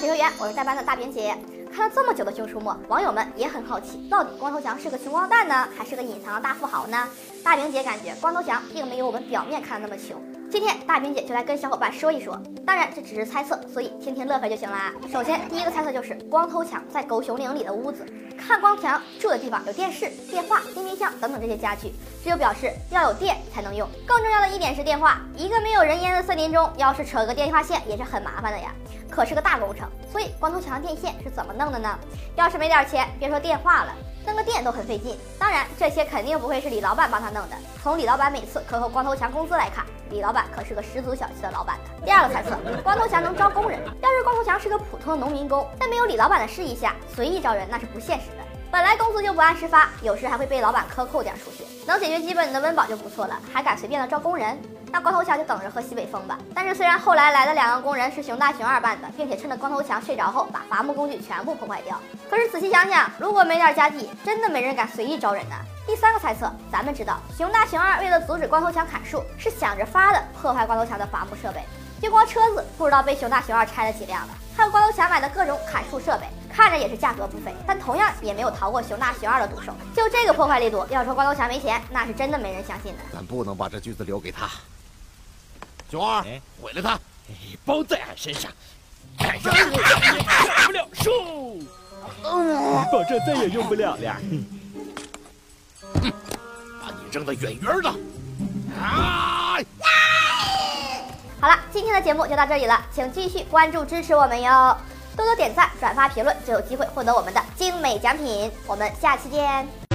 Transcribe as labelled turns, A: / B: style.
A: 解说员，我是代班的大饼姐。看了这么久的《熊出没》，网友们也很好奇，到底光头强是个穷光蛋呢，还是个隐藏的大富豪呢？大饼姐感觉光头强并没有我们表面看的那么穷。今天大饼姐就来跟小伙伴说一说，当然这只是猜测，所以听听乐呵就行啦。首先，第一个猜测就是光头强在狗熊岭里的屋子，看光头强住的地方有电视、电话、电冰箱等等这些家具，这就表示要有电才能用。更重要的一点是电话，一个没有人烟的森林中，要是扯个电话线也是很麻烦的呀，可是个大工程。所以光头强电线是怎么弄的呢？要是没点钱，别说电话了，弄个电都很费劲。当然，这些肯定不会是李老板帮他弄的。从李老板每次克扣光头强工资来看，李老板可是个十足小气的老板的。第二个猜测，光头强能招工人。要是光头强是个普通的农民工，在没有李老板的示意下随意招人，那是不现实的。本来工资就不按时发，有时还会被老板克扣点出去，能解决基本的温饱就不错了，还敢随便的招工人？那光头强就等着喝西北风吧。但是虽然后来来的2个工人是熊大熊二扮的，并且趁着光头强睡着后把伐木工具全部破坏掉，可是仔细想想，如果没点家底，真的没人敢随意招人呢。第三个猜测，咱们知道熊大熊二为了阻止光头强砍树，是想着法的破坏光头强的伐木设备，就光车子不知道被熊大熊二拆了几辆了，还有光头强买的各种砍树设备，看着也是价格不菲，但同样也没有逃过熊大熊二的毒手。就这个破坏力度，要说光头强没钱，那是真的没人相信的。
B: 咱不能把这锯子留给他。熊二，毁了他！
C: 包在俺身上，砍上树也砍不了树，保证再也用不了了。
B: 把你扔得远远的！啊！
A: 好了，今天的节目就到这里了，请继续关注支持我们哟，多多点赞、转发、评论，就有机会获得我们的精美奖品。我们下期见。